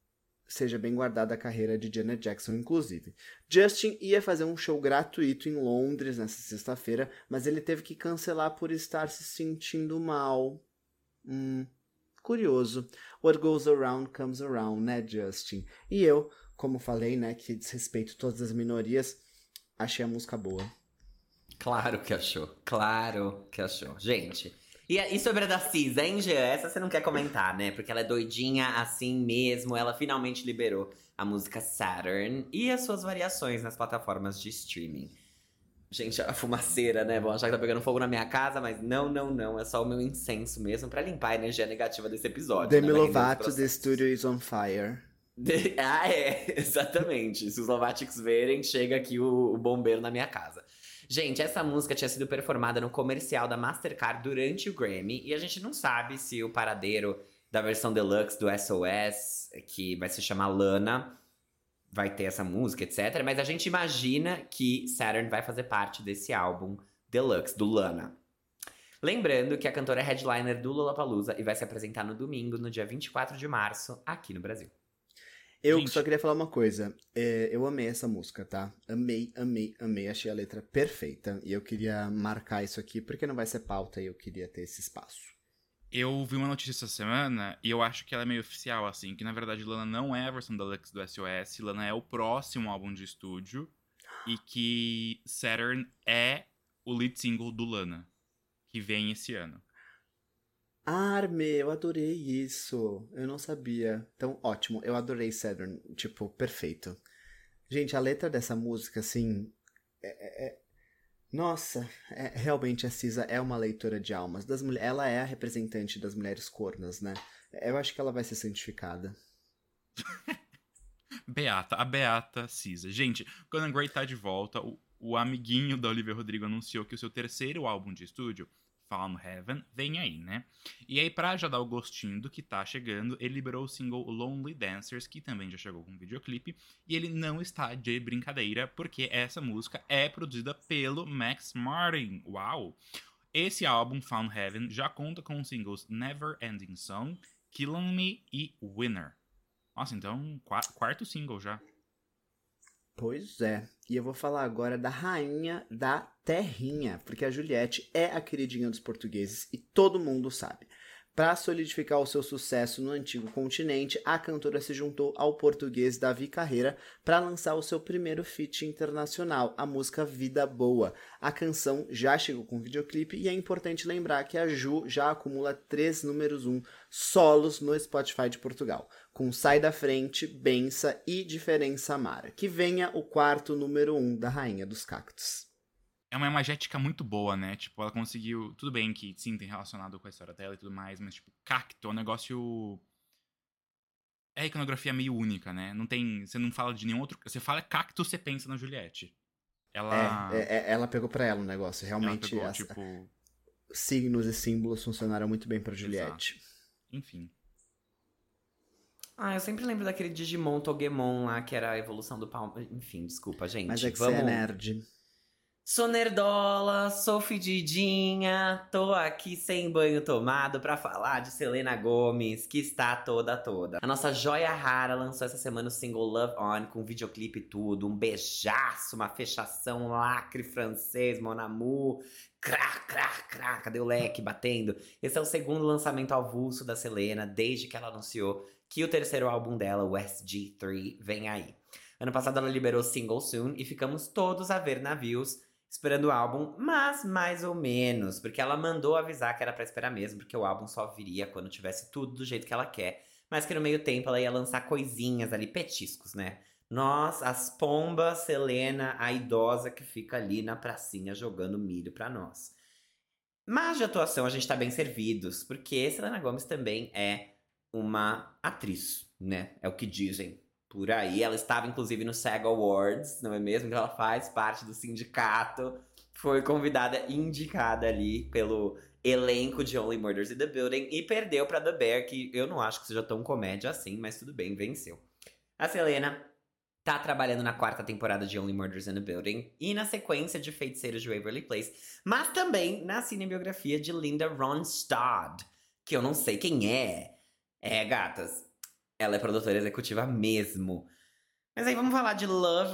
seja bem guardada a carreira de Janet Jackson, inclusive. Justin ia fazer um show gratuito em Londres nessa sexta-feira, mas ele teve que cancelar por estar se sentindo mal. Hum... Curioso. What goes around comes around, né, Justin? E eu, como falei, né, que desrespeito todas as minorias, achei a música boa. Claro que achou. Claro que achou. Gente, e, e sobre a da Cisa, hein, Jean? Essa você não quer comentar, né? Porque ela é doidinha assim mesmo. Ela finalmente liberou a música Saturn e as suas variações nas plataformas de streaming. Gente, a fumaceira, né? Vão achar que tá pegando fogo na minha casa, mas não, não, não. É só o meu incenso mesmo pra limpar a energia negativa desse episódio. Demi né? Vai render os Lovato, The processos. Studio is on Fire. De- Ah, é, exatamente. Se os Lovatics verem, chega aqui o, o bombeiro na minha casa. Gente, essa música tinha sido performada no comercial da Mastercard durante o Grammy. E a gente não sabe se o paradeiro da versão deluxe do S O S, que vai se chamar Lana, vai ter essa música, etcétera. Mas a gente imagina que Saturn vai fazer parte desse álbum deluxe, do Lana. Lembrando que a cantora é headliner do Lollapalooza e vai se apresentar no domingo, no dia vinte e quatro de março, aqui no Brasil. Eu Gente. só queria falar uma coisa. É, eu amei essa música, tá? Amei, amei, amei. Achei a letra perfeita. E eu queria marcar isso aqui, porque não vai ser pauta e eu queria ter esse espaço. Eu vi uma notícia essa semana e eu acho que ela é meio oficial, assim, que na verdade Lana não é a versão deluxe do S O S, Lana é o próximo álbum de estúdio e que Saturn é o lead single do Lana, que vem esse ano. Arme, eu adorei isso. Eu não sabia. Então, ótimo. Eu adorei Saturn. Tipo, perfeito. Gente, a letra dessa música, assim... É, é- é- Nossa, é- realmente a Cisa é uma leitora de almas. Das mulher... Ela é a representante das mulheres cornas, né? Eu acho que ela vai ser santificada. Beata, a Beata Cisa. Gente, Conan Gray tá de volta. O, o amiguinho da Olivia Rodrigo anunciou que o seu terceiro álbum de estúdio, Found Heaven, vem aí, né? E aí, pra já dar o gostinho do que tá chegando, ele liberou o single Lonely Dancers, que também já chegou com um videoclipe, e ele não está de brincadeira, porque essa música é produzida pelo Max Martin. Uau! Esse álbum, Found Heaven, já conta com os singles Never Ending Song, Killing Me e Winner. Nossa, então, quarto single já. Pois é. E eu vou falar agora da rainha da terrinha, porque a Juliette é a queridinha dos portugueses e todo mundo sabe. Para solidificar o seu sucesso no antigo continente, a cantora se juntou ao português Davi Carreira para lançar o seu primeiro feat internacional, a música Vida Boa. A canção já chegou com videoclipe e é importante lembrar que a Ju já acumula três números um solos no Spotify de Portugal, com Sai da Frente, Bença e Diferença Amara. Que venha o quarto número um da Rainha dos Cactos. É uma imagética muito boa, né? Tipo, ela conseguiu... Tudo bem que, sim, tem relacionado com a história dela e tudo mais, mas, tipo, cacto é um negócio... É a iconografia meio única, né? Não tem... Você não fala de nenhum outro... Você fala cacto, você pensa na Juliette. Ela... É, é, ela pegou pra ela o negócio. Realmente, ela pegou, as, tipo... signos e símbolos funcionaram muito bem pra Juliette. Exato. Enfim. Ah, eu sempre lembro daquele Digimon Togemon lá, que era a evolução do palmo. Enfim, desculpa, gente. Mas é que Vamos... você é nerd. Sou nerdola, sou fedidinha, tô aqui sem banho tomado pra falar de Selena Gomez, que está toda toda. A nossa joia rara lançou essa semana o single Love On, com videoclipe e tudo, um beijaço, uma fechação lacre francês, mon amour, crá, crá, crá, cadê o leque batendo? Esse é o segundo lançamento avulso da Selena, desde que ela anunciou que o terceiro álbum dela, o S G três, vem aí. Ano passado ela liberou Single Soon e ficamos todos a ver navios, esperando o álbum, mas mais ou menos, porque ela mandou avisar que era pra esperar mesmo, porque o álbum só viria quando tivesse tudo do jeito que ela quer, mas que no meio tempo ela ia lançar coisinhas ali, petiscos, né? Nós, as pombas, Selena, a idosa que fica ali na pracinha jogando milho pra nós. Mas de atuação a gente tá bem servidos, porque Selena Gomez também é uma atriz, né? É o que dizem por aí. Ela estava, inclusive, no SAG Awards, não é mesmo? Que ela faz parte do sindicato. Foi convidada e indicada ali pelo elenco de Only Murders in the Building e perdeu pra The Bear, que eu não acho que seja tão comédia assim, mas tudo bem, venceu. A Selena tá trabalhando na quarta temporada de Only Murders in the Building e na sequência de Feiticeiros de Waverly Place, mas também na cinebiografia de Linda Ronstadt, que eu não sei quem é. É, gatas, ela é produtora executiva mesmo. Mas aí vamos falar de Love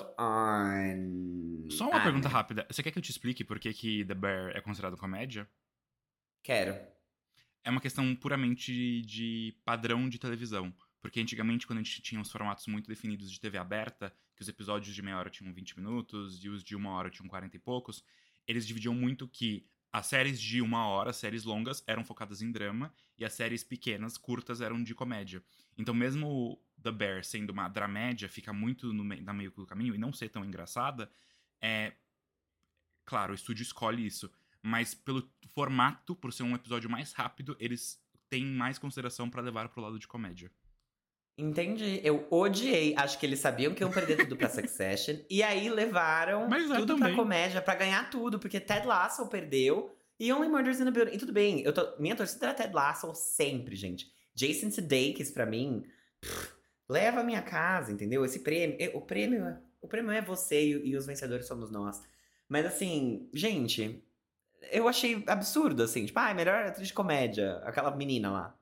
On. Só uma ah, pergunta rápida. Você quer que eu te explique por que, que The Bear é considerado comédia? Quero. É uma questão puramente de padrão de televisão. Porque antigamente, quando a gente tinha os formatos muito definidos de T V aberta, que os episódios de meia hora tinham vinte minutos e os de uma hora tinham quarenta e poucos, eles dividiam muito que as séries de uma hora, séries longas, eram focadas em drama, e as séries pequenas, curtas, eram de comédia. Então, mesmo The Bear sendo uma dramédia, fica muito no meio, na meio do caminho, e não ser tão engraçada, é... Claro, o estúdio escolhe isso, mas pelo formato, por ser um episódio mais rápido, eles têm mais consideração pra levar pro lado de comédia. Entendi. Eu odiei. Acho que eles sabiam que iam perder tudo pra Succession. E aí levaram Mas é tudo também. pra comédia, pra ganhar tudo. Porque Ted Lasso perdeu e Only Murders in the Building. E tudo bem, eu tô... minha torcida era Ted Lasso sempre, gente. Jason Sudeikis, pra mim, pff, leva a minha casa, entendeu? Esse prêmio, o prêmio, é- o prêmio é você e, e os vencedores somos nós. Mas assim, gente, eu achei absurdo, assim. Tipo, ah, melhor atriz de comédia, aquela menina lá.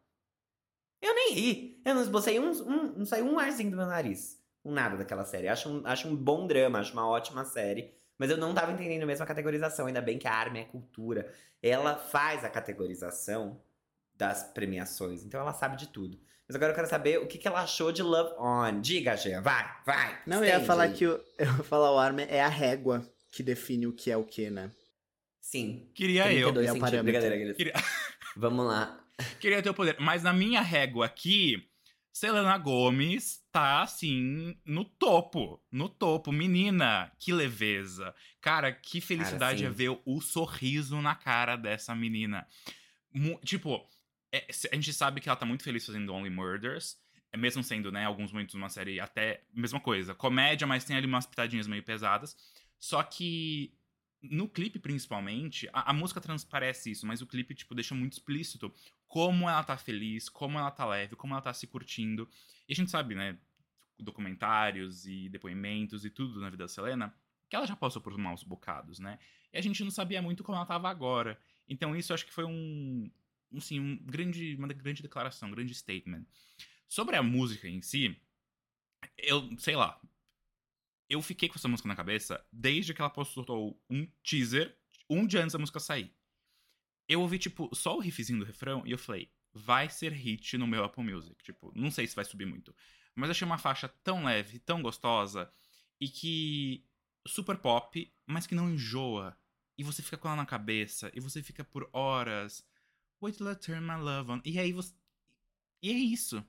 Eu nem ri. Eu não esbocei um, um, não saiu um arzinho do meu nariz. Um nada daquela série. Acho um, acho um bom drama, acho uma ótima série. Mas eu não tava entendendo mesmo a categorização. Ainda bem que a Armin é cultura. Ela faz a categorização das premiações. Então ela sabe de tudo. Mas agora eu quero saber o que, que ela achou de Love On. Diga, Jean. Vai, vai. Não, eu ia estende falar aí. que o, eu ia falar o Armin é a régua que define o que é o que, né? Sim. Queria trinta e eu. dois É o centímetros. parâmetro. Brincadeira, querido. Queria... Vamos lá. Queria ter o poder. Mas na minha régua aqui, Selena Gomez tá, assim, no topo. No topo. Menina, que leveza. Cara, que felicidade sim. é ver o sorriso na cara dessa menina. Mu- tipo, é- a gente sabe que ela tá muito feliz fazendo Only Murders. É mesmo sendo, né, alguns momentos uma série até... Mesma coisa. Comédia, mas tem ali umas pitadinhas meio pesadas. Só que... no clipe, principalmente, a, a música transparece isso, mas o clipe, tipo, deixa muito explícito como ela tá feliz, como ela tá leve, como ela tá se curtindo. E a gente sabe, né, documentários e depoimentos e tudo na vida da Selena, que ela já passou por maus bocados, né? E a gente não sabia muito como ela tava agora. Então isso eu acho que foi um, assim, um grande, uma grande declaração, um grande statement. Sobre a música em si, eu, sei lá, eu fiquei com essa música na cabeça desde que ela postou um teaser, um dia antes da música sair. Eu ouvi, tipo, só o riffzinho do refrão e eu falei, vai ser hit no meu Apple Music. Tipo, não sei se vai subir muito. Mas eu achei uma faixa tão leve, tão gostosa, e que... super pop, mas que não enjoa. E você fica com ela na cabeça, e você fica por horas. Wait till I turn my love on. E aí você... E é isso.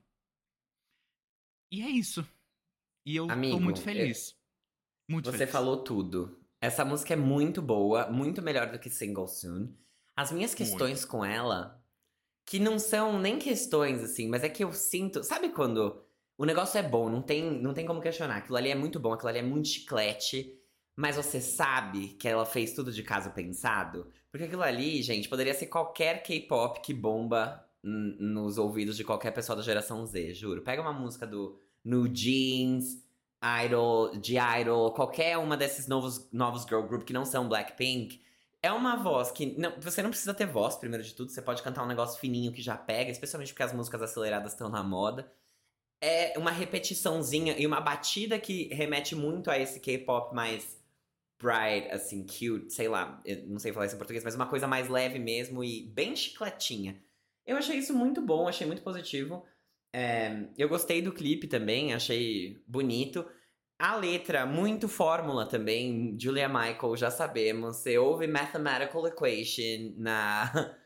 E é isso. E eu Amigo, tô muito feliz. eu- Muito você feliz. falou tudo. Essa música é muito boa, muito melhor do que Single Soon. As minhas questões Muito. com ela, que não são nem questões, assim, mas é que eu sinto. Sabe quando o negócio é bom, não tem, não tem como questionar. Aquilo ali é muito bom, aquilo ali é muito chiclete, mas você sabe que ela fez tudo de caso pensado? Porque aquilo ali, gente, poderia ser qualquer K-pop que bomba n- nos ouvidos de qualquer pessoa da geração Z, juro. Pega uma música do New Jeans, Idol, de Idol, qualquer uma desses novos, novos girl group que não são Blackpink. É uma voz que. Não, você não precisa ter voz, primeiro de tudo. Você pode cantar um negócio fininho que já pega, especialmente porque as músicas aceleradas estão na moda. É uma repetiçãozinha e uma batida que remete muito a esse K-pop mais bright, assim, cute, sei lá. Eu não sei falar isso em português, mas uma coisa mais leve mesmo e bem chicletinha. Eu achei isso muito bom, achei muito positivo. É, eu gostei do clipe também, achei bonito. A letra, muito fórmula também. Julia Michael, já sabemos. Você ouve Mathematical Equation na...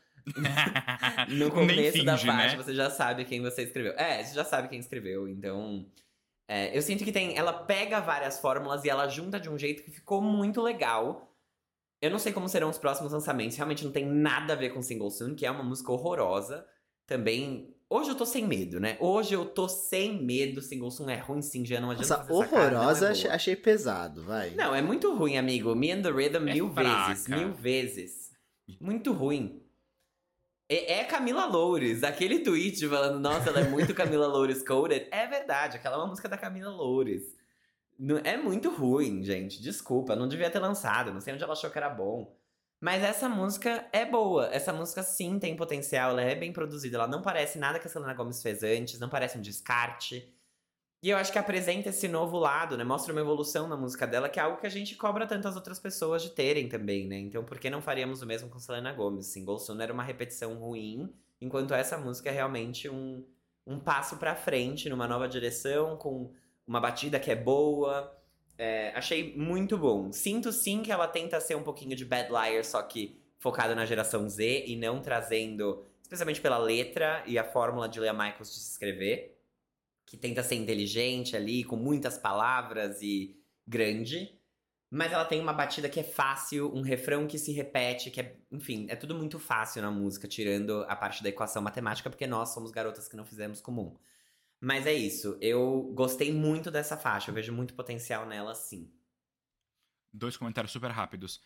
no Nem começo da finge, faixa, né? você já sabe quem você escreveu. É, você já sabe quem escreveu, então. É, eu sinto que tem. Ela pega várias fórmulas e ela junta de um jeito que ficou muito legal. Eu não sei como serão os próximos lançamentos. Realmente não tem nada a ver com Single Soon, que é uma música horrorosa. Também. Hoje eu tô sem medo, né? Hoje eu tô sem medo. Single Soon é ruim sim, já não adianta Nossa, fazer essa cara, não é horrorosa, boa. achei, achei pesado, vai. Não, é muito ruim, amigo. Me and the Rhythm É mil vezes, fraca. mil vezes. Muito ruim. É, é Camila Loures. Aquele tweet falando, nossa, ela é muito Camila Loures coded. É verdade, aquela é uma música da Camila Loures. Não- É muito ruim, gente. Desculpa, não devia ter lançado. Não sei onde ela achou que era bom. Mas essa música é boa. Essa música sim tem potencial. Ela é bem produzida. Ela não parece nada que a Selena Gomez fez antes. Não parece um descarte. E eu acho que apresenta esse novo lado, né? Mostra uma evolução na música dela, que é algo que a gente cobra tantas outras pessoas de terem também, né? Então por que não faríamos o mesmo com Selena Gomez? Single Soon era uma repetição ruim, enquanto essa música é realmente um, um passo pra frente, numa nova direção, com uma batida que é boa. É, achei muito bom. Sinto sim que ela tenta ser um pouquinho de Bad Liar, só que focado na geração Z e não trazendo, especialmente pela letra e a fórmula de Lea Michaels de se escrever, que tenta ser inteligente ali, com muitas palavras e grande. Mas ela tem uma batida que é fácil, um refrão que se repete, que é, enfim, é tudo muito fácil na música, tirando a parte da equação matemática, porque nós somos garotas que não fizemos comum. Mas é isso, eu gostei muito dessa faixa, eu vejo muito potencial nela, sim. Dois comentários super rápidos.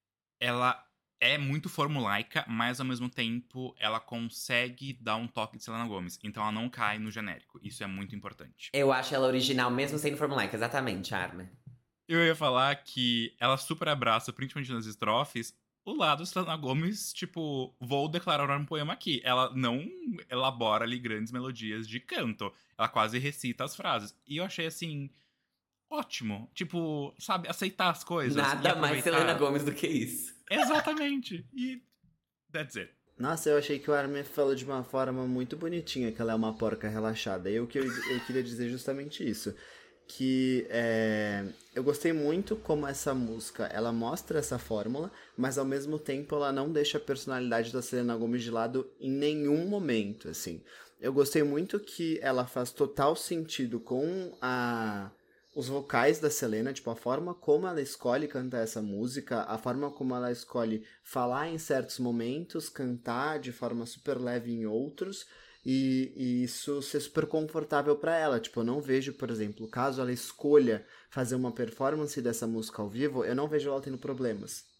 Ela é muito formulaica, mas ao mesmo tempo ela consegue dar um toque de Selena Gomez. Então ela não cai no genérico. Isso é muito importante. Eu acho ela original, mesmo sendo formulaica, exatamente, Arma. Eu ia falar que ela super abraça, principalmente nas estrofes, o lado Selena Gomez, tipo, vou declarar um poema aqui. Ela não elabora ali grandes melodias de canto. Ela quase recita as frases. E eu achei assim, ótimo. Tipo, sabe, aceitar as coisas. e Nada mais aproveitar. Selena Gomez do que isso. Exatamente. E that's it. Nossa, eu achei que o Armin falou de uma forma muito bonitinha, que ela é uma porca relaxada. E o que eu, eu queria dizer justamente isso. Que é, eu gostei muito como essa música, ela mostra essa fórmula, mas ao mesmo tempo ela não deixa a personalidade da Selena Gomez de lado em nenhum momento, assim. Eu gostei muito que ela faz total sentido com a... os vocais da Selena, tipo, a forma como ela escolhe cantar essa música, a forma como ela escolhe falar em certos momentos, cantar de forma super leve em outros, e, e isso ser super confortável pra ela. Tipo, eu não vejo, por exemplo, caso ela escolha fazer uma performance dessa música ao vivo, eu não vejo ela tendo problemas.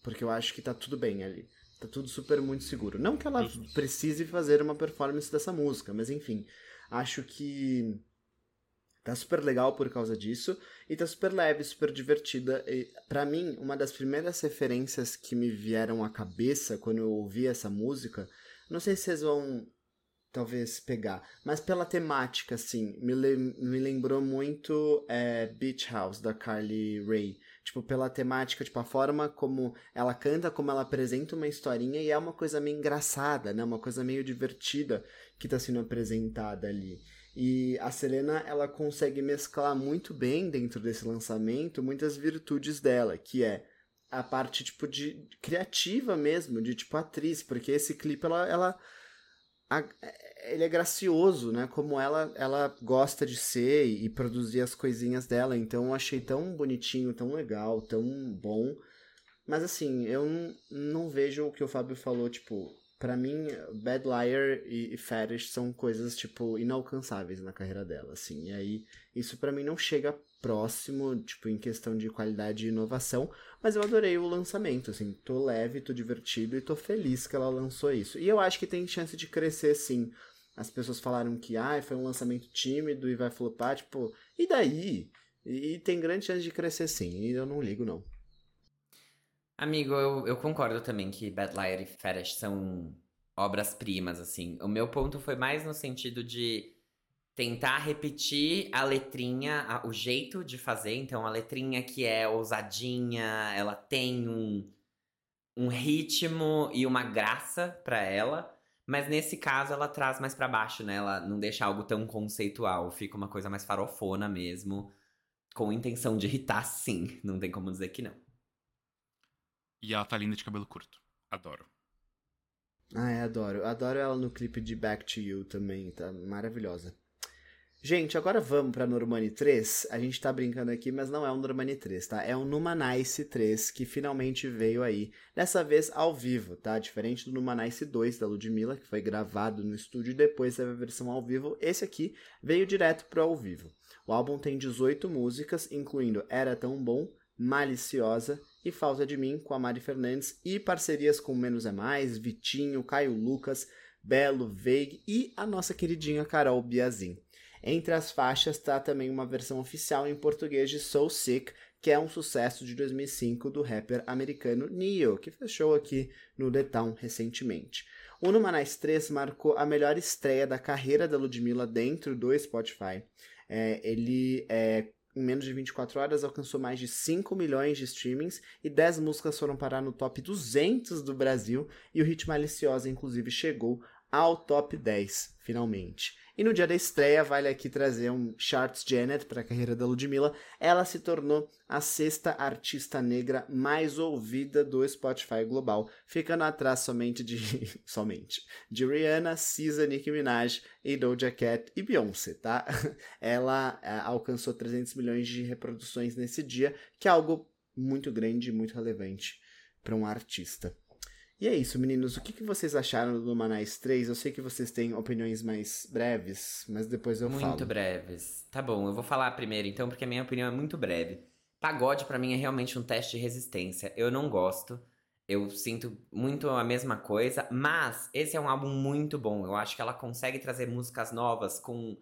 Porque eu acho que tá tudo bem ali. Tá tudo super muito seguro. Não que ela Justo. precise fazer uma performance dessa música, mas enfim. Acho que tá super legal por causa disso. E tá super leve, super divertida. E, pra mim, uma das primeiras referências que me vieram à cabeça quando eu ouvi essa música. Não sei se vocês vão talvez pegar, mas pela temática, assim, me, le me lembrou muito é, Beach House, da Carly Rae. Tipo, pela temática, tipo, a forma como ela canta, como ela apresenta uma historinha, e é uma coisa meio engraçada, né? Uma coisa meio divertida que tá sendo apresentada ali. E a Selena, ela consegue mesclar muito bem, dentro desse lançamento, muitas virtudes dela, que é a parte, tipo, de criativa mesmo, de, tipo, atriz, porque esse clipe, ela... ela a- ele é gracioso, né? Como ela, ela gosta de ser e, e produzir as coisinhas dela. Então eu achei tão bonitinho, tão legal, tão bom. Mas assim, eu não, não vejo o que o Fábio falou, tipo, pra mim, Bad Liar e, e Fetish são coisas, tipo, inalcançáveis na carreira dela, assim. E aí, isso pra mim não chega próximo, tipo, em questão de qualidade e inovação, mas eu adorei o lançamento, assim, tô leve, tô divertido e tô feliz que ela lançou isso. E eu acho que tem chance de crescer, sim. As pessoas falaram que, ah, foi um lançamento tímido e vai flopar, tipo, e daí? E, e tem grande chance de crescer, sim, e eu não ligo, não. Amigo, eu, eu concordo também que Bad Liar e Fetish são obras-primas, assim. O meu ponto foi mais no sentido de tentar repetir a letrinha, a- o jeito de fazer. Então, a letrinha que é ousadinha, ela tem um, um ritmo e uma graça pra ela. Mas nesse caso, ela traz mais pra baixo, né? Ela não deixa algo tão conceitual. Fica uma coisa mais farofona mesmo. Com intenção de irritar, sim. Não tem como dizer que não. E ela tá linda de cabelo curto. Adoro. Ai, adoro. Adoro ela no clipe de Back to You também, tá maravilhosa. Gente, agora vamos pra Normani três. A gente tá brincando aqui, mas não é um Normani três, tá? É um Numanice três que finalmente veio aí. Dessa vez ao vivo, tá? Diferente do Numanice dois da Ludmilla, que foi gravado no estúdio e depois teve a versão ao vivo. Esse aqui veio direto pro ao vivo. O álbum tem dezoito músicas, incluindo Era Tão Bom, Maliciosa e Falta de Mim, com a Mari Fernandes, e parcerias com Menos é Mais, Vitinho, Caio Lucas, Belo, Veig e a nossa queridinha Carol Biazin. Entre as faixas está também uma versão oficial em português de So Sick, que é um sucesso de dois mil e cinco do rapper americano Ne-Yo, que fechou aqui no The Town recentemente. O Numanice três marcou a melhor estreia da carreira da Ludmilla dentro do Spotify. É, ele, é, em menos de vinte e quatro horas, alcançou mais de cinco milhões de streamings e dez músicas foram parar no top duzentos do Brasil, e o hit Maliciosa, inclusive, chegou ao top dez, finalmente. E no dia da estreia, vale aqui trazer um Charts Janet para a carreira da Ludmilla. Ela se tornou a sexta artista negra mais ouvida do Spotify global, ficando atrás somente de somente de Rihanna, S Z A, Nicki Minaj e Doja Cat e Beyoncé, tá? Ela é, alcançou trezentos milhões de reproduções nesse dia, que é algo muito grande e muito relevante para um artista. E é isso, meninos. O que, que vocês acharam do Numanice três? Eu sei que vocês têm opiniões mais breves, mas depois eu Muito falo. breves. Tá bom, eu vou falar primeiro então, porque a minha opinião é muito breve. Pagode pra mim é realmente um teste de resistência. Eu não gosto. Eu sinto muito a mesma coisa, mas esse é um álbum muito bom. Eu acho que ela consegue trazer músicas novas com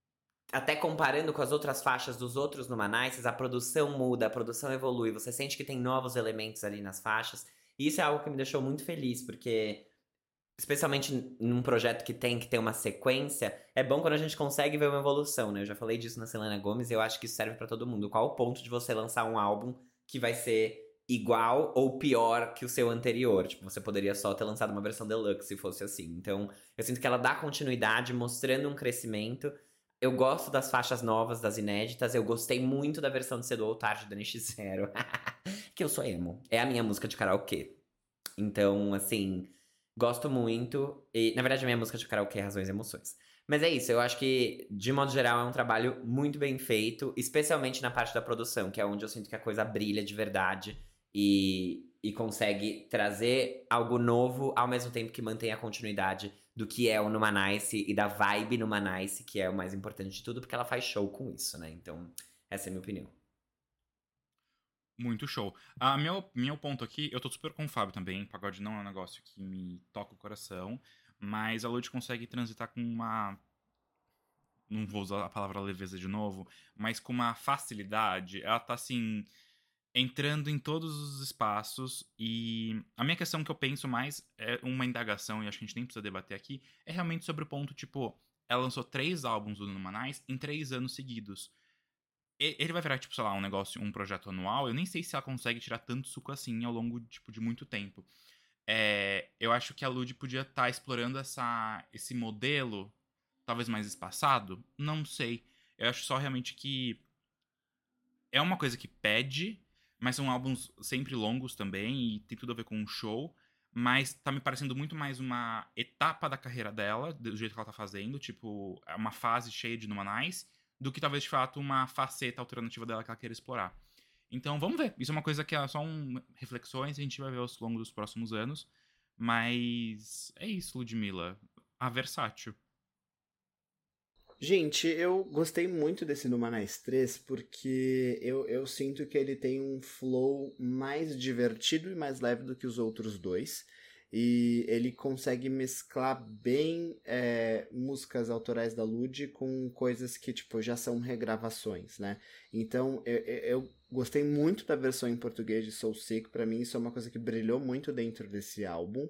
até comparando com as outras faixas dos outros Numanices, a produção muda, a produção evolui, você sente que tem novos elementos ali nas faixas. E isso é algo que me deixou muito feliz, porque especialmente num projeto que tem que ter uma sequência, é bom quando a gente consegue ver uma evolução, né? Eu já falei disso na Selena Gomez e eu acho que isso serve pra todo mundo. Qual o ponto de você lançar um álbum que vai ser igual ou pior que o seu anterior? Tipo, você poderia só ter lançado uma versão deluxe se fosse assim. Então, eu sinto que ela dá continuidade, mostrando um crescimento. Eu gosto das faixas novas, das inéditas. Eu gostei muito da versão de Cedo ou Tarde do N X Zero. Que eu sou emo. É a minha música de karaokê. Então, assim, gosto muito. E, na verdade, a minha música de karaokê é Razões e Emoções. Mas é isso, eu acho que, de modo geral, é um trabalho muito bem feito, especialmente na parte da produção, que é onde eu sinto que a coisa brilha de verdade e, e consegue trazer algo novo, ao mesmo tempo que mantém a continuidade do que é o Numanice e da vibe Numanice, que é o mais importante de tudo, porque ela faz show com isso, né? Então, essa é a minha opinião. Muito show. A meu, meu ponto aqui, eu tô super com o Fábio também. Pagode não é um negócio que me toca o coração. Mas a Lud consegue transitar com uma... Não vou usar a palavra leveza de novo. Mas com uma facilidade. Ela tá, assim, entrando em todos os espaços. E a minha questão que eu penso mais é uma indagação, e acho que a gente nem precisa debater aqui, é realmente sobre o ponto, tipo... Ela lançou três álbuns do Numanais em três anos seguidos. Ele vai virar, tipo, sei lá, um negócio, um projeto anual. Eu nem sei se ela consegue tirar tanto suco assim ao longo, tipo, de muito tempo. É, eu acho que a Lud podia estar tá explorando essa, esse modelo, talvez mais espaçado. Não sei. Eu acho só realmente que é uma coisa que pede, mas são álbuns sempre longos também e tem tudo a ver com um show. Mas tá me parecendo muito mais uma etapa da carreira dela, do jeito que ela tá fazendo. Tipo, é uma fase cheia de Numanais, do que talvez, de fato, uma faceta alternativa dela que ela queira explorar. Então, vamos ver. Isso é uma coisa que é só um, reflexões, a gente vai ver ao longo dos próximos anos. Mas é isso, Ludmilla. A versátil. Gente, eu gostei muito desse Numanais três porque eu, eu sinto que ele tem um flow mais divertido e mais leve do que os outros dois. E ele consegue mesclar bem é, músicas autorais da Lud com coisas que, tipo, já são regravações, né? Então, eu, eu gostei muito da versão em português de Soul Sick. Pra mim, isso é uma coisa que brilhou muito dentro desse álbum.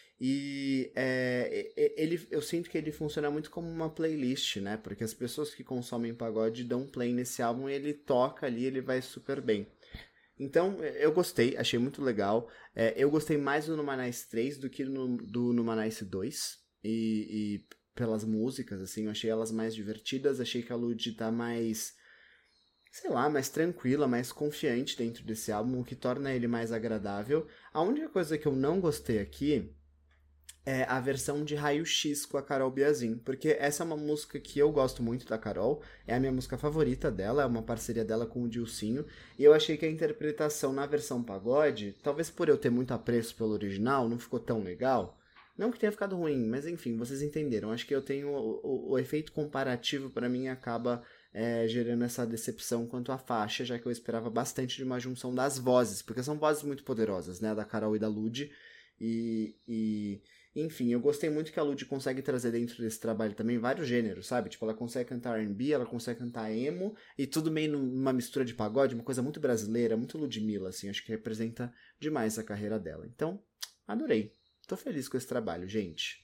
E é, ele, eu sinto que ele funciona muito como uma playlist, né? Porque as pessoas que consomem pagode dão play nesse álbum e ele toca ali, ele vai super bem. Então, eu gostei, achei muito legal. É, eu gostei mais do Numanais três do que no, do Numanais dois. E, e pelas músicas, assim, eu achei elas mais divertidas. Achei que a Lud tá mais, sei lá, mais tranquila, mais confiante dentro desse álbum, o que torna ele mais agradável. A única coisa que eu não gostei aqui é a versão de Raio-X com a Carol Biazin, porque essa é uma música que eu gosto muito da Carol, é a minha música favorita dela, é uma parceria dela com o Dilcinho, e eu achei que a interpretação na versão pagode, talvez por eu ter muito apreço pelo original, não ficou tão legal. Não que tenha ficado ruim, mas enfim, vocês entenderam. Acho que eu tenho o, o, o efeito comparativo para mim acaba é, gerando essa decepção quanto à faixa, já que eu esperava bastante de uma junção das vozes, porque são vozes muito poderosas, né, da Carol e da Lud, e... e... Enfim, eu gostei muito que a Lud consegue trazer dentro desse trabalho também vários gêneros, sabe? Tipo, ela consegue cantar R and B, ela consegue cantar emo, e tudo meio numa mistura de pagode, uma coisa muito brasileira, muito Ludmilla, assim, acho que representa demais a carreira dela. Então, adorei. Tô feliz com esse trabalho, gente.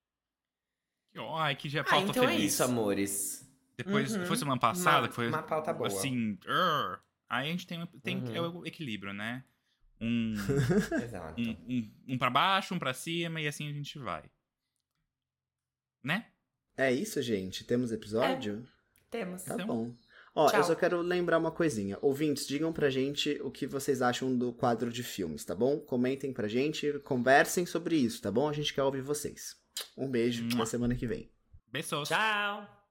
Ai, que já Ah, pauta então feliz. é isso, amores. Depois, Uhum. foi semana passada, uma, que foi uma pauta boa. assim... Urgh. Aí a gente tem, tem Uhum. é o equilíbrio, né? Um, Exato. um, um, um pra baixo, um pra cima, e assim a gente vai. Né? É isso, gente? Temos episódio? É, temos. Tá Então, bom. Ó, tchau. eu só quero lembrar uma coisinha. Ouvintes, digam pra gente o que vocês acham do quadro de filmes, tá bom? Comentem pra gente, conversem sobre isso, tá bom? A gente quer ouvir vocês. Um beijo, até semana que vem. Beijos. Tchau.